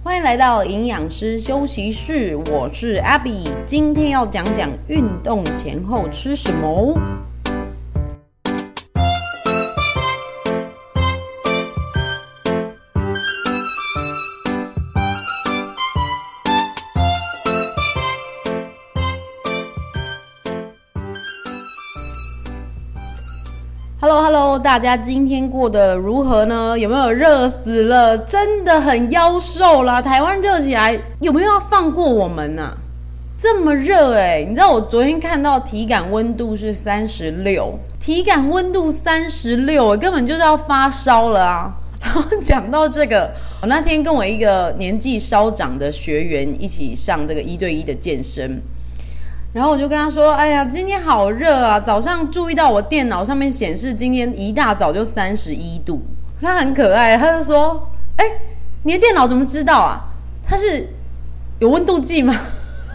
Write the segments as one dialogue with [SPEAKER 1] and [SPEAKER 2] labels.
[SPEAKER 1] 欢迎来到营养师休息室，我是 Abby， 今天要讲讲运动前后吃什么。Hello， 大家今天过得如何呢？有没有热死了？真的很夭寿啦！台湾热起来，有没有要放过我们啊？这么热你知道我昨天看到体感温度是36，体感温度36，根本就是要发烧了啊！然后讲到这个，我那天跟我一个年纪稍长的学员一起上这个1对1的健身。然后我就跟他说：“哎呀，今天好热啊！早上注意到我电脑上面显示今天一大早就31度。”他很可爱，他就说：“哎，你的电脑怎么知道啊？它是有温度计吗？”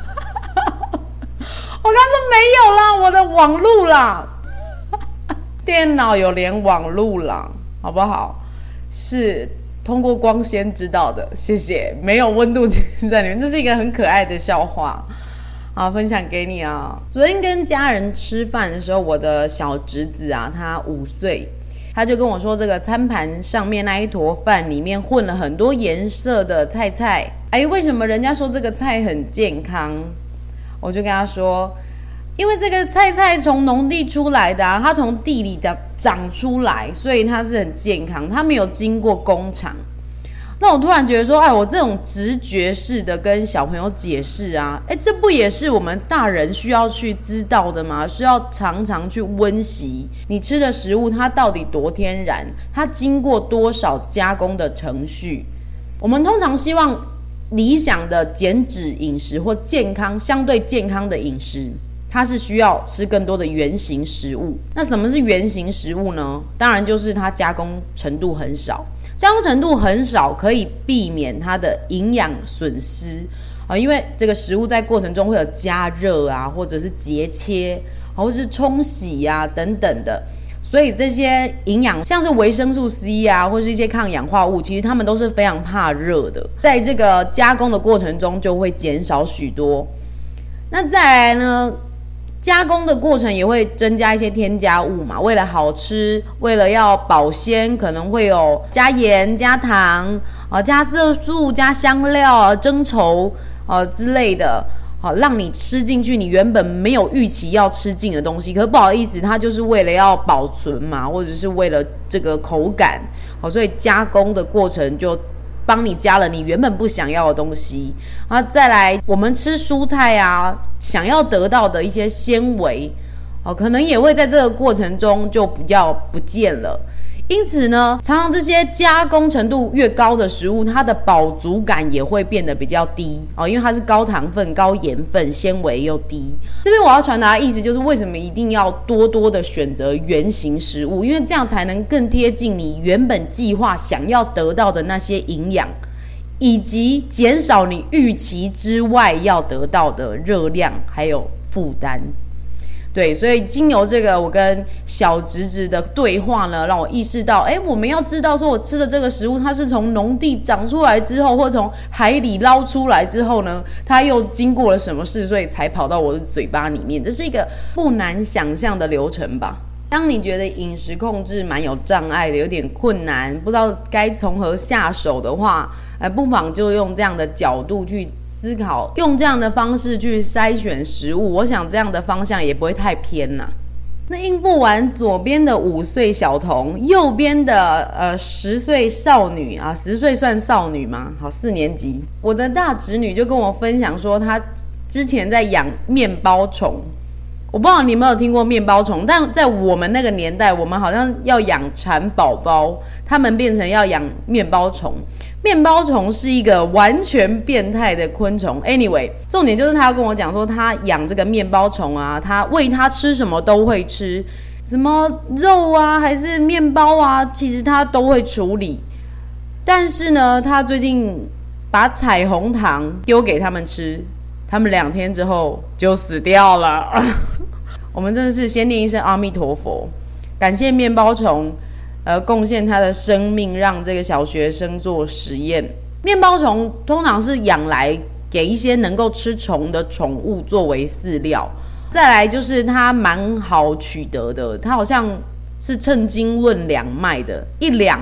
[SPEAKER 1] 我刚说没有啦，我的网路啦，电脑有连网路啦，好不好？是通过光纤知道的，谢谢。没有温度计在里面，这是一个很可爱的笑话。好，分享给你啊！昨天跟家人吃饭的时候，我的小侄子啊，他5岁，他就跟我说，这个餐盘上面那一坨饭里面混了很多颜色的菜。哎，为什么人家说这个菜很健康？我就跟他说，因为这个菜从农地出来的啊，它从地里长出来，所以它是很健康，它没有经过工厂。那我突然觉得说，我这种直觉式的跟小朋友解释啊，这不也是我们大人需要去知道的吗？需要常常去温习你吃的食物，它到底多天然，它经过多少加工的程序。我们通常希望理想的减脂饮食或相对健康的饮食，它是需要吃更多的原型食物。那什么是原型食物呢？当然就是它加工程度很少。加工程度很少，可以避免它的营养损失因为这个食物在过程中会有加热啊，或者是节切，或者是冲洗啊等等的，所以这些营养像是维生素 C 啊，或是一些抗氧化物，其实它们都是非常怕热的，在这个加工的过程中就会减少许多。那再来呢？加工的过程也会增加一些添加物嘛，为了好吃，为了要保鲜，可能会有加盐、加糖加色素、加香料、增稠之类的，让你吃进去你原本没有预期要吃进的东西。可是不好意思，它就是为了要保存嘛，或者是为了这个口感所以加工的过程就帮你加了你原本不想要的东西。再来我们吃蔬菜啊，想要得到的一些纤维可能也会在这个过程中就比较不见了。因此呢，常常这些加工程度越高的食物，它的饱足感也会变得比较低因为它是高糖分、高盐分，纤维又低。这边我要传达的意思就是为什么一定要多多的选择原型食物，因为这样才能更贴近你原本计划想要得到的那些营养，以及减少你预期之外要得到的热量还有负担。对，所以经由这个我跟小侄子的对话呢，让我意识到，我们要知道说我吃的这个食物，它是从农地长出来之后，或从海里捞出来之后呢，它又经过了什么事，所以才跑到我的嘴巴里面。这是一个不难想象的流程吧。当你觉得饮食控制蛮有障碍的，有点困难，不知道该从何下手的话，不妨就用这样的角度去思考，用这样的方式去筛选食物，我想这样的方向也不会太偏啦。那应付完左边的5岁小童，右边的10岁少女啊，10岁算少女吗？好，4年级，我的大侄女就跟我分享说，她之前在养面包虫。我不知道你有没有听过面包虫，但在我们那个年代，我们好像要养蚕宝宝，他们变成要养面包虫。面包虫是一个完全变态的昆虫。Anyway， 重点就是他要跟我讲说，他养这个面包虫啊，他喂它吃什么都会吃，什么肉啊还是面包啊，其实他都会处理。但是呢，他最近把彩虹糖丢给他们吃，他们2天之后就死掉了。我们真的是先念一声阿弥陀佛，感谢面包虫贡献他的生命，让这个小学生做实验。 面包虫通常是养来给一些能够吃虫的宠物作为饲料。再来就是它蛮好取得的，它好像是称斤论两卖的，一两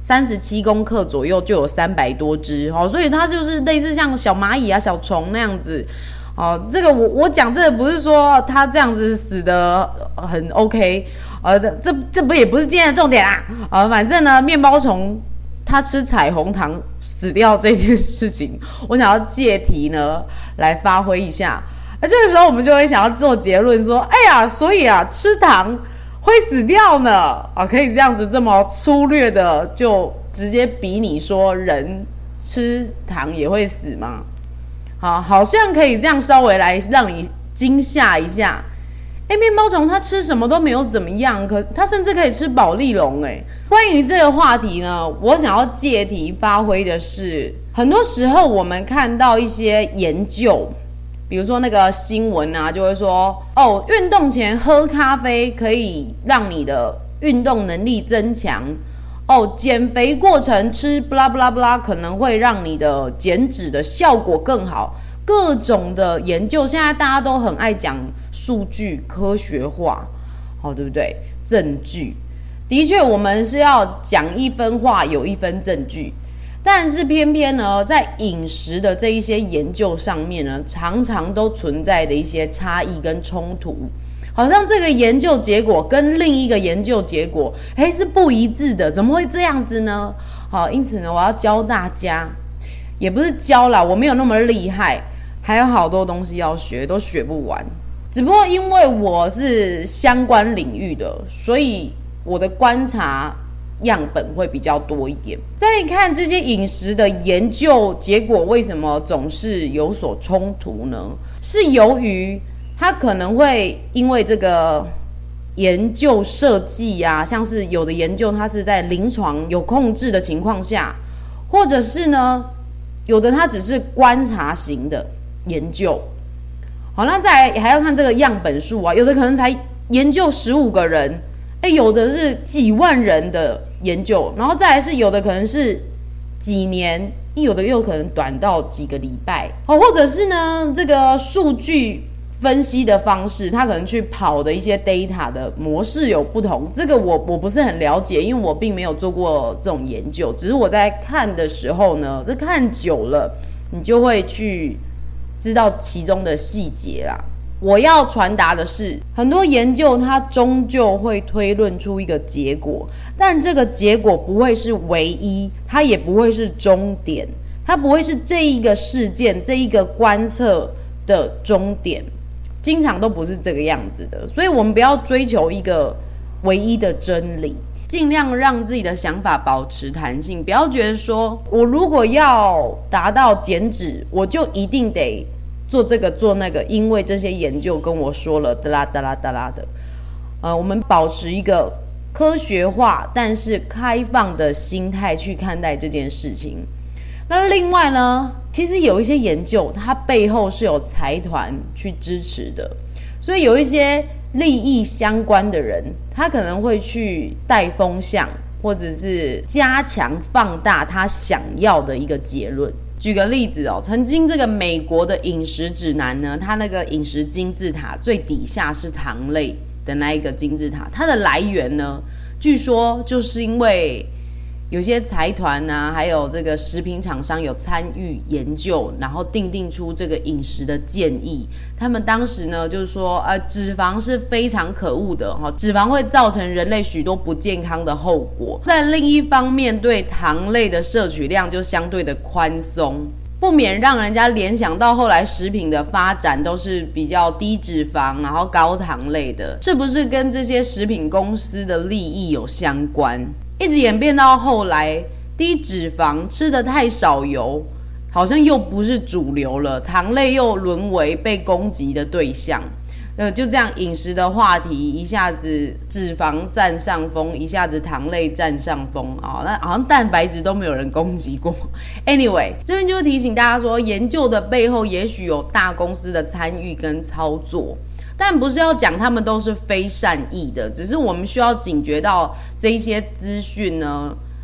[SPEAKER 1] 37公克左右就有300多只，所以它就是类似像小蚂蚁啊、小虫那样子。这个我讲这个不是说它这样子死的很 OK，这不也不是今天的重点啦。反正呢，面包虫它吃彩虹糖死掉这件事情，我想要借题呢来发挥一下。这个时候我们就会想要做结论说，哎呀，所以吃糖会死掉呢，可以这样子这么粗略的就直接比拟说人吃糖也会死吗？好像可以这样稍微来让你惊吓一下。面包虫它吃什么都没有怎么样，可它甚至可以吃保利龙。关于这个话题呢，我想要借题发挥的是，很多时候我们看到一些研究，比如说那个新闻就会说，运动前喝咖啡可以让你的运动能力增强，减肥过程吃不拉不拉不拉可能会让你的减脂的效果更好。各种的研究，现在大家都很爱讲数据科学化，对不对？证据的确，我们是要讲一分话有一分证据。但是偏偏呢，在饮食的这一些研究上面呢，常常都存在的一些差异跟冲突，好像这个研究结果跟另一个研究结果，是不一致的，怎么会这样子呢？因此呢，我要教大家，也不是教啦，我没有那么厉害，还有好多东西要学，都学不完。只不过因为我是相关领域的，所以我的观察样本会比较多一点。再看这些饮食的研究结果为什么总是有所冲突呢？是由于它可能会因为这个研究设计像是有的研究它是在临床有控制的情况下，或者是呢有的它只是观察型的研究。那再来还要看这个样本数有的可能才研究15个人，有的是几万人的研究，然后再来是有的可能是几年，有的又可能短到几个礼拜，或者是呢这个数据分析的方式，它可能去跑的一些 data 的模式有不同。这个我不是很了解，因为我并没有做过这种研究，只是我在看的时候呢，这看久了你就会去知道其中的细节啦。我要传达的是，很多研究它终究会推论出一个结果，但这个结果不会是唯一，它也不会是终点，它不会是这一个事件这一个观测的终点，经常都不是这个样子的。所以我们不要追求一个唯一的真理，尽量让自己的想法保持弹性，不要觉得说我如果要达到减脂，我就一定得做这个做那个，因为这些研究跟我说了哒啦哒啦哒啦的。我们保持一个科学化但是开放的心态去看待这件事情。那另外呢，其实有一些研究它背后是有财团去支持的，所以有一些利益相关的人，他可能会去带风向，或者是加强放大他想要的一个结论。举个例子曾经这个美国的饮食指南呢，它那个饮食金字塔最底下是糖类的那一个金字塔，它的来源呢，据说就是因为有些财团还有这个食品厂商有参与研究，然后定出这个饮食的建议。他们当时呢就是说脂肪是非常可恶的脂肪会造成人类许多不健康的后果。在另一方面，对糖类的摄取量就相对的宽松，不免让人家联想到后来食品的发展都是比较低脂肪然后高糖类的，是不是跟这些食品公司的利益有相关？一直演变到后来，低脂肪吃得太少油，好像又不是主流了，糖类又沦为被攻击的对象。就这样饮食的话题，一下子脂肪占上风，一下子糖类占上风那好像蛋白质都没有人攻击过。Anyway， 这边就提醒大家说，研究的背后也许有大公司的参与跟操作，但不是要讲他们都是非善意的，只是我们需要警觉到这一些资讯呢，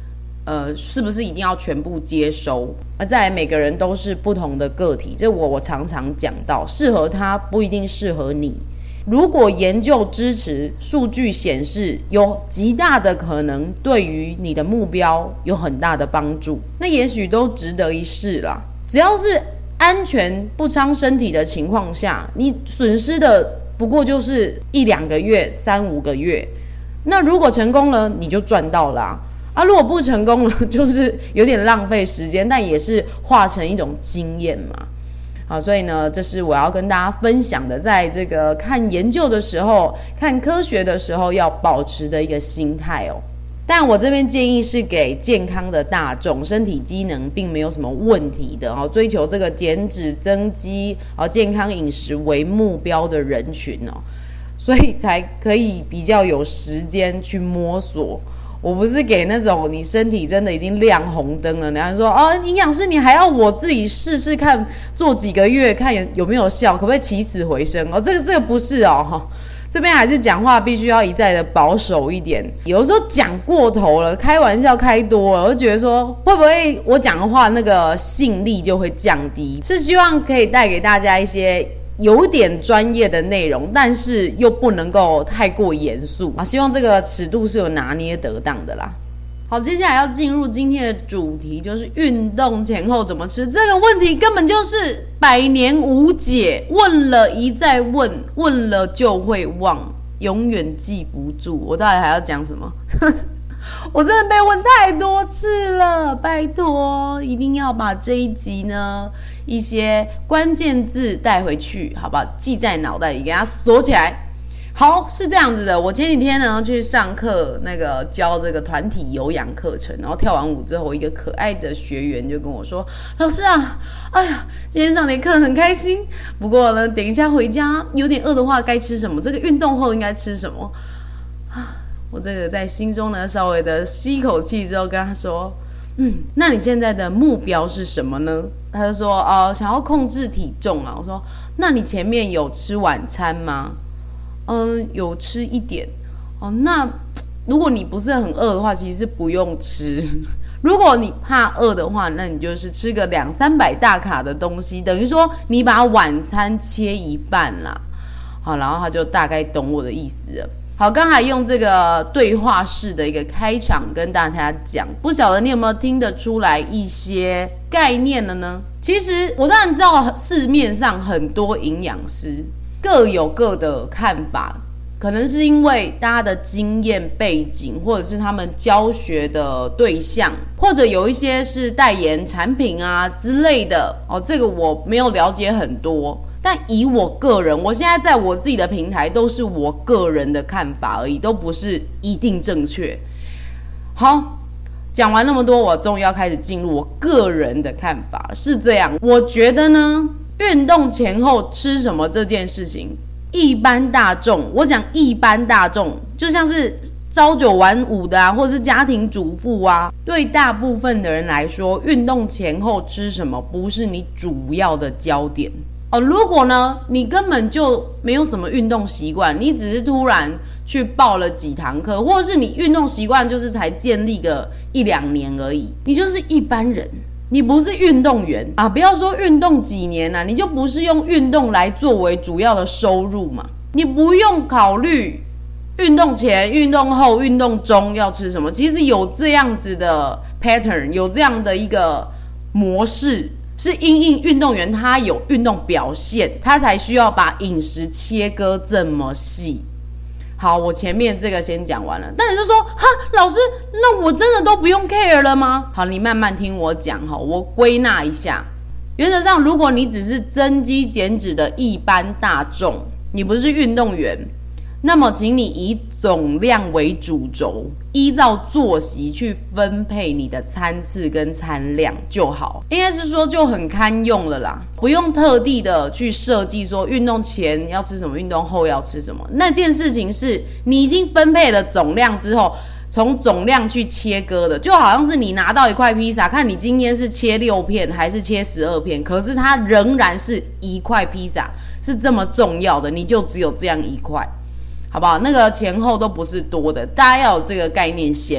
[SPEAKER 1] 是不是一定要全部接收？再来每个人都是不同的个体，这我常常讲到，适合他不一定适合你。如果研究支持，数据显示有极大的可能对于你的目标有很大的帮助，那也许都值得一试啦。只要是安全不伤身体的情况下，你损失的不过就是1-2个月、3-5个月。那如果成功了，你就赚到啦。如果不成功了，就是有点浪费时间，但也是化成一种经验嘛。好，所以呢，这是我要跟大家分享的，在这个看研究的时候、看科学的时候要保持的一个心态哦。但我这边建议是给健康的大众，身体机能并没有什么问题的哦，追求这个减脂增肌、健康饮食为目标的人群哦，所以才可以比较有时间去摸索。我不是给那种你身体真的已经亮红灯了，然后说营养师你还要我自己试试看，做几个月看有没有效，可不可以起死回生哦？这个不是哦，这边还是讲话必须要一再的保守一点，有的时候讲过头了，开玩笑开多了，我就觉得说会不会我讲的话那个信力就会降低？是希望可以带给大家一些有点专业的内容，但是又不能够太过严肃希望这个尺度是有拿捏得当的啦。好，接下来要进入今天的主题，就是运动前后怎么吃。这个问题根本就是百年无解，问了一再问，问了就会忘，永远记不住。我到底还要讲什么？我真的被问太多次了，拜托一定要把这一集呢一些关键字带回去，好不好？记在脑袋里，给它锁起来。好，是这样子的，我前几天呢去上课，那个教这个团体有氧课程，然后跳完舞之后，一个可爱的学员就跟我说：“老师啊，哎呀，今天上节课很开心，不过呢，等一下回家有点饿的话，该吃什么？这个运动后应该吃什么？”我这个在心中呢稍微的吸一口气之后，跟他说：“那你现在的目标是什么呢？”他就说：“想要控制体重啊。”我说：“那你前面有吃晚餐吗？”有吃一点。那如果你不是很饿的话，其实是不用吃。如果你怕饿的话，那你就是吃个200-300大卡的东西，等于说你把晚餐切一半啦。好，然后他就大概懂我的意思了。好，刚才用这个对话式的一个开场跟大家讲，不晓得你有没有听得出来一些概念了呢？其实我当然知道市面上很多营养师各有各的看法，可能是因为大家的经验背景，或者是他们教学的对象，或者有一些是代言产品啊之类的这个我没有了解很多。但以我个人，我现在在我自己的平台都是我个人的看法而已，都不是一定正确。好，讲完那么多，我终于要开始进入我个人的看法。是这样，我觉得呢，运动前后吃什么这件事情，一般大众，我讲一般大众，就像是朝九晚五的或是家庭主妇对大部分的人来说，运动前后吃什么不是你主要的焦点。如果呢，你根本就没有什么运动习惯，你只是突然去报了几堂课，或者是你运动习惯就是才建立个1-2年而已，你就是一般人，你不是运动员不要说运动几年你就不是用运动来作为主要的收入嘛，你不用考虑运动前、运动后、运动中要吃什么，其实有这样子的 pattern， 有这样的一个模式。是因应运动员他有运动表现，他才需要把饮食切割这么细。好，我前面这个先讲完了，但你就说老师，那我真的都不用 care 了吗？好，你慢慢听我讲我归纳一下。原则上，如果你只是增肌减脂的一般大众，你不是运动员，那么请你以总量为主轴，依照作息去分配你的餐次跟餐量就好，应该是说就很堪用了啦，不用特地的去设计说运动前要吃什么，运动后要吃什么。那件事情是你已经分配了总量之后，从总量去切割的，就好像是你拿到一块披萨，看你今天是切6片还是切12片，可是它仍然是一块披萨，是这么重要的，你就只有这样一块，好不好？那个前后都不是多的，大家要有这个概念先。今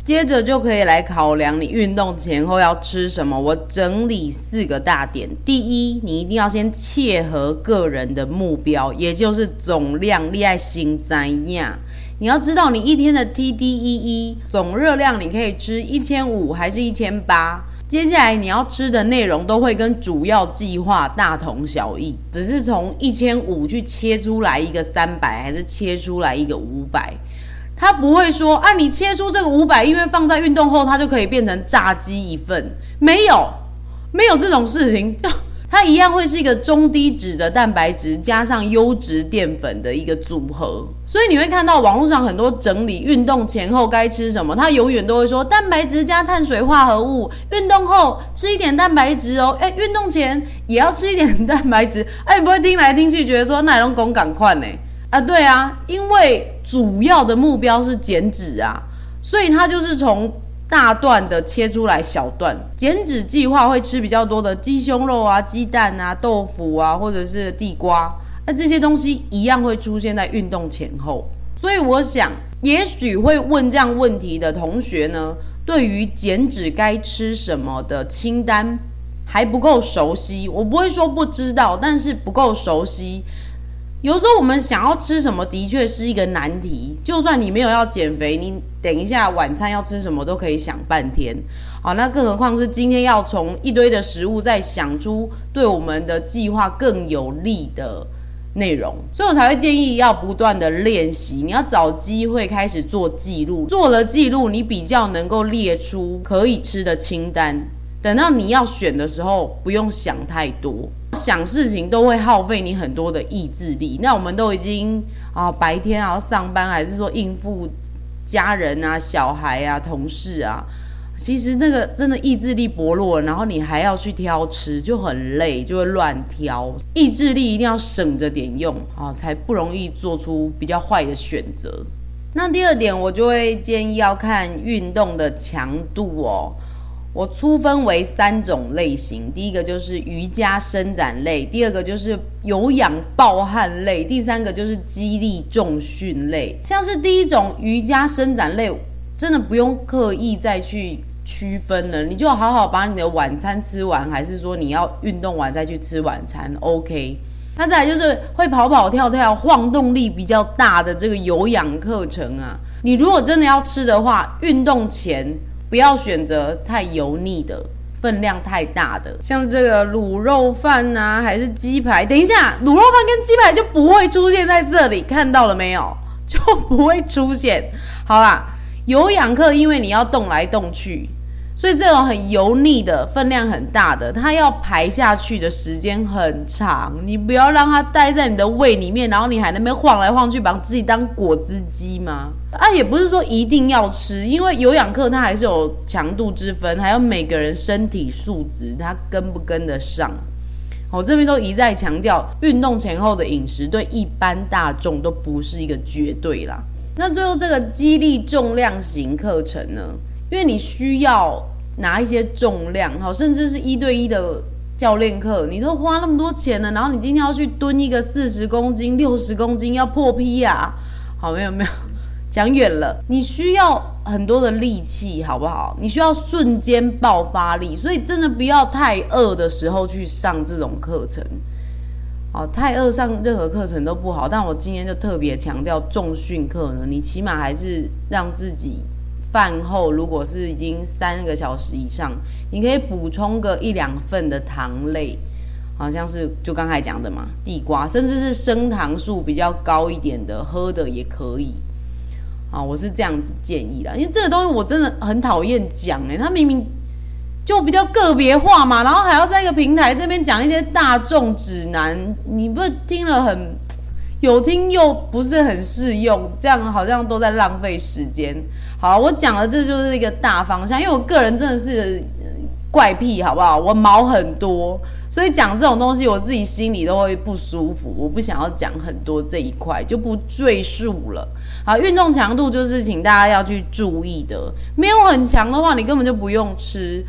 [SPEAKER 1] 接着就可以来考量你运动前后要吃什么。我整理4个大点。第一，你一定要先切合个人的目标，也就是总量，你要先知道。你要知道你一天的 TDEE 总热量，你可以吃1500还是1800。接下来你要吃的内容都会跟主要计划大同小异，只是从1500去切出来一个300，还是切出来一个500。他不会说啊，你切出这个500，因为放在运动后它就可以变成炸鸡一份，没有这种事情。它一样会是一个中低脂的蛋白质加上优质淀粉的一个组合。所以你会看到网络上很多整理运动前后该吃什么，它永远都会说蛋白质加碳水化合物，运动后吃一点蛋白质哦，运动前也要吃一点蛋白质。你不会听来听去觉得说那种讲赶快呢？对啊，因为主要的目标是减脂啊，所以它就是从大段的切出来小段。减脂计划会吃比较多的鸡胸肉啊、鸡蛋啊、豆腐啊，或者是地瓜，这些东西一样会出现在运动前后。所以我想，也许会问这样问题的同学呢，对于减脂该吃什么的清单还不够熟悉。我不会说不知道，但是不够熟悉。有时候我们想要吃什么的确是一个难题，就算你没有要减肥，你等一下晚餐要吃什么都可以想半天。好，那更何况是今天要从一堆的食物再想出对我们的计划更有利的内容，所以我才会建议要不断的练习。你要找机会开始做记录，做了记录，你比较能够列出可以吃的清单。等到你要选的时候，不用想太多，想事情都会耗费你很多的意志力。那我们都已经白天要上班，还是说应付家人啊、小孩啊、同事啊，其实那个真的意志力薄弱，然后你还要去挑吃，就很累，就会乱挑。意志力一定要省着点用才不容易做出比较坏的选择。那第二点，我就会建议要看运动的强度哦。我粗分为3种类型，第一个就是瑜伽伸展类，第二个就是有氧爆汗类，第三个就是肌力重训类。像是第一种瑜伽伸展类，真的不用刻意再去区分了，你就好好把你的晚餐吃完，还是说你要运动完再去吃晚餐 OK。 那再来就是会跑跑跳跳晃动力比较大的这个有氧课程啊，你如果真的要吃的话，运动前不要选择太油腻的、分量太大的，像这个卤肉饭啊，还是鸡排。等一下，卤肉饭跟鸡排就不会出现在这里，看到了没有？就不会出现。好啦，有氧课因为你要动来动去，所以这种很油腻的、分量很大的，它要排下去的时间很长。你不要让它待在你的胃里面，然后你还在那边晃来晃去，把自己当果汁机吗？也不是说一定要吃，因为有氧课它还是有强度之分，还有每个人身体素质它跟不跟得上。我这边都一再强调，运动前后的饮食对一般大众都不是一个绝对啦。那最后这个肌力重量型课程呢，因为你需要拿一些重量，甚至是1对1的教练课，你都花那么多钱了，然后你今天要去蹲一个40公斤、60公斤，要破批啊！好，没有，讲远了，你需要很多的力气，好不好？你需要瞬间爆发力，所以真的不要太饿的时候去上这种课程。太饿上任何课程都不好，但我今天就特别强调重训课呢，你起码还是让自己饭后，如果是已经3个小时以上，你可以补充个1-2份的糖类，好像是就刚才讲的嘛，地瓜，甚至是升糖数比较高一点的喝的也可以。我是这样子建议啦，因为这个东西我真的很讨厌讲它明明就比较个别化嘛，然后还要在一个平台这边讲一些大众指南，你不听了很有听又不是很适用，这样好像都在浪费时间。好，我讲的这就是一个大方向，因为我个人真的是怪癖，好不好？我毛很多，所以讲这种东西我自己心里都会不舒服，我不想要讲很多这一块，就不赘述了。好，运动强度就是请大家要去注意的，没有很强的话，你根本就不用吃。那要吃的话，就是把你附近的那一个正餐去做切割，这样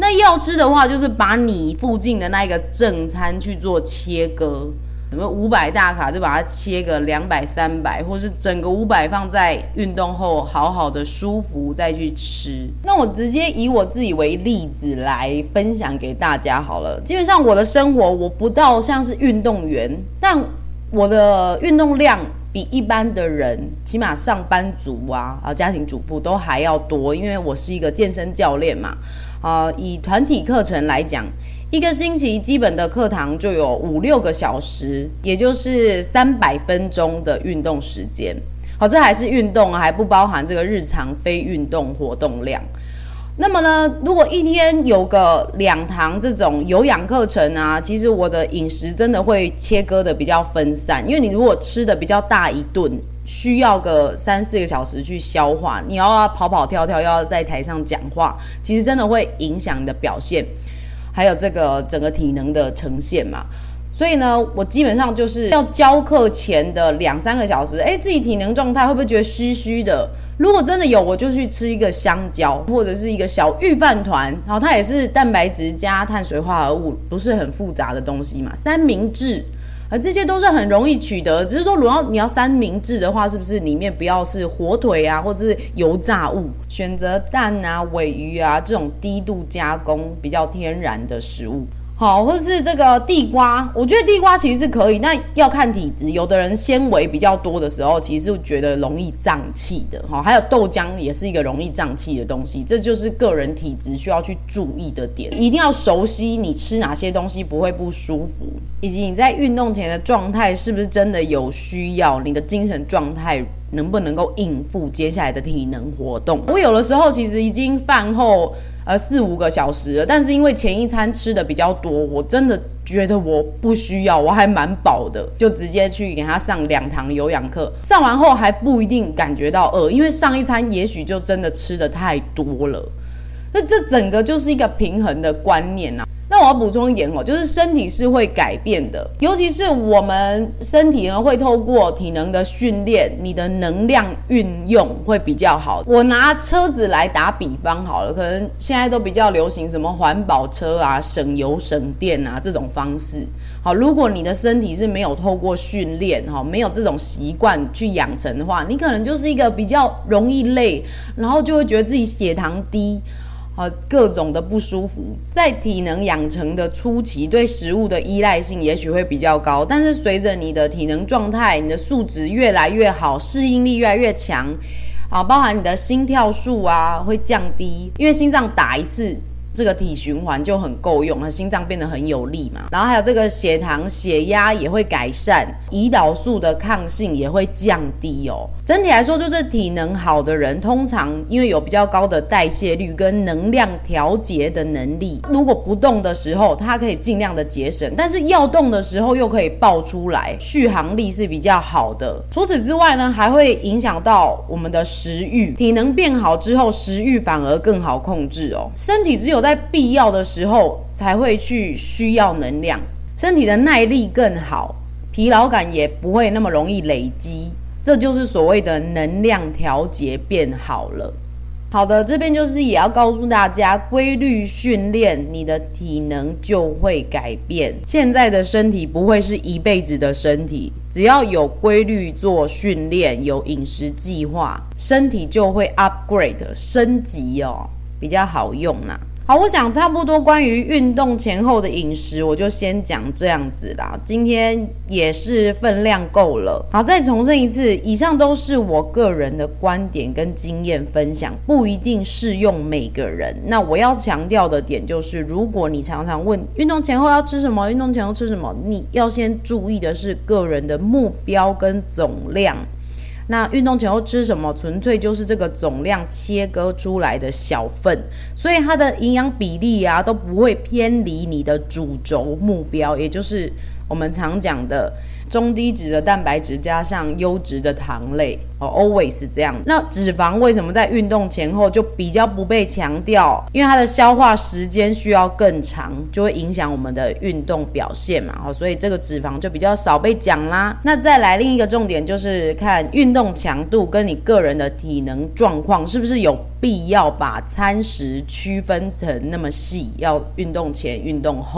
[SPEAKER 1] 什么500大卡就把它切个200、300，或是整个500放在运动后好好的舒服再去吃。那我直接以我自己为例子来分享给大家好了。基本上我的生活我不到像是运动员，但我的运动量比一般的人，起码上班族家庭主妇都还要多，因为我是一个健身教练嘛。以团体课程来讲，一个星期基本的课堂就有5-6个小时，也就是300分钟的运动时间。这还是运动还不包含这个日常非运动活动量。那么呢，如果一天有个2堂这种有氧课程其实我的饮食真的会切割的比较分散，因为你如果吃的比较大一顿，需要个3-4个小时去消化，你要跑跑跳跳，要在台上讲话，其实真的会影响你的表现，还有这个整个体能的呈现嘛。所以呢，我基本上就是要教课前的2-3个小时，自己体能状态会不会觉得虚虚的？如果真的有，我就去吃一个香蕉，或者是一个小御饭团，然后它也是蛋白质加碳水化合物，不是很复杂的东西嘛。三明治，这些都是很容易取得，只是说如果你要三明治的话，是不是里面不要是火腿或者是油炸物，选择蛋鲔鱼这种低度加工比较天然的食物。好，或者是这个地瓜，我觉得地瓜其实是可以，那要看体质。有的人纤维比较多的时候，其实是觉得容易胀气的。还有豆浆也是一个容易胀气的东西，这就是个人体质需要去注意的点。一定要熟悉你吃哪些东西不会不舒服，以及你在运动前的状态是不是真的有需要，你的精神状态能不能够应付接下来的体能活动。我有的时候其实已经饭后4-5个小时了，但是因为前一餐吃的比较多，我真的觉得我不需要，我还蛮饱的，就直接去给他上2堂有氧课。上完后还不一定感觉到饿，因为上一餐也许就真的吃的太多了。那这整个就是一个平衡的观念那我要补充一点就是身体是会改变的，尤其是我们身体呢会透过体能的训练，你的能量运用会比较好。我拿车子来打比方好了，可能现在都比较流行什么环保车省油省电这种方式。好，如果你的身体是没有透过训练没有这种习惯去养成的话，你可能就是一个比较容易累，然后就会觉得自己血糖低。各种的不舒服，在体能养成的初期，对食物的依赖性也许会比较高，但是随着你的体能状态、你的素质越来越好，适应力越来越强，包含你的心跳数会降低，因为心脏打一次这个体循环就很够用，心脏变得很有力嘛。然后还有这个血糖、血压也会改善，胰岛素的抗性也会降低整体来说，就是体能好的人，通常因为有比较高的代谢率跟能量调节的能力，如果不动的时候，它可以尽量的节省，但是要动的时候又可以爆出来，续航力是比较好的。除此之外呢，还会影响到我们的食欲，体能变好之后，食欲反而更好控制身体只有在必要的时候才会去需要能量，身体的耐力更好，疲劳感也不会那么容易累积，这就是所谓的能量调节变好了。好的，这边就是也要告诉大家，规律训练，你的体能就会改变。现在的身体不会是一辈子的身体，只要有规律做训练，有饮食计划，身体就会 upgrade 升级比较好用好，我想差不多关于运动前后的饮食，我就先讲这样子啦。今天也是分量够了。好，再重申一次，以上都是我个人的观点跟经验分享，不一定适用每个人。那我要强调的点就是，如果你常常问运动前后要吃什么，运动前后吃什么，你要先注意的是个人的目标跟总量。那运动前后吃什么，纯粹就是这个总量切割出来的小份，所以它的营养比例都不会偏离你的主轴目标，也就是我们常讲的中低脂的蛋白质加上优质的糖类always 是这样。那脂肪为什么在运动前后就比较不被强调？因为它的消化时间需要更长，就会影响我们的运动表现嘛，所以这个脂肪就比较少被讲啦。那再来另一个重点就是看运动强度跟你个人的体能状况是不是有必要把餐食区分成那么细，要运动前运动后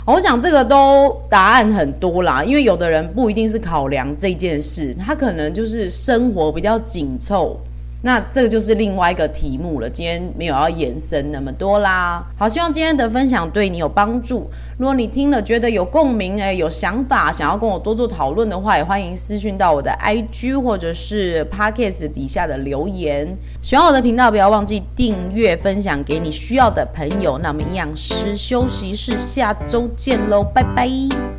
[SPEAKER 1] 我想这个都答案很多啦，因为有的人不一定是考量这件事，他可能就是生活比较紧凑，那这个就是另外一个题目了，今天没有要延伸那么多啦。好，希望今天的分享对你有帮助。如果你听了觉得有共鸣，有想法想要跟我多做讨论的话，也欢迎私讯到我的 IG 或者是 Podcast 底下的留言。喜欢我的频道不要忘记订阅分享给你需要的朋友。那我们营养师休息室下周见咯，拜拜。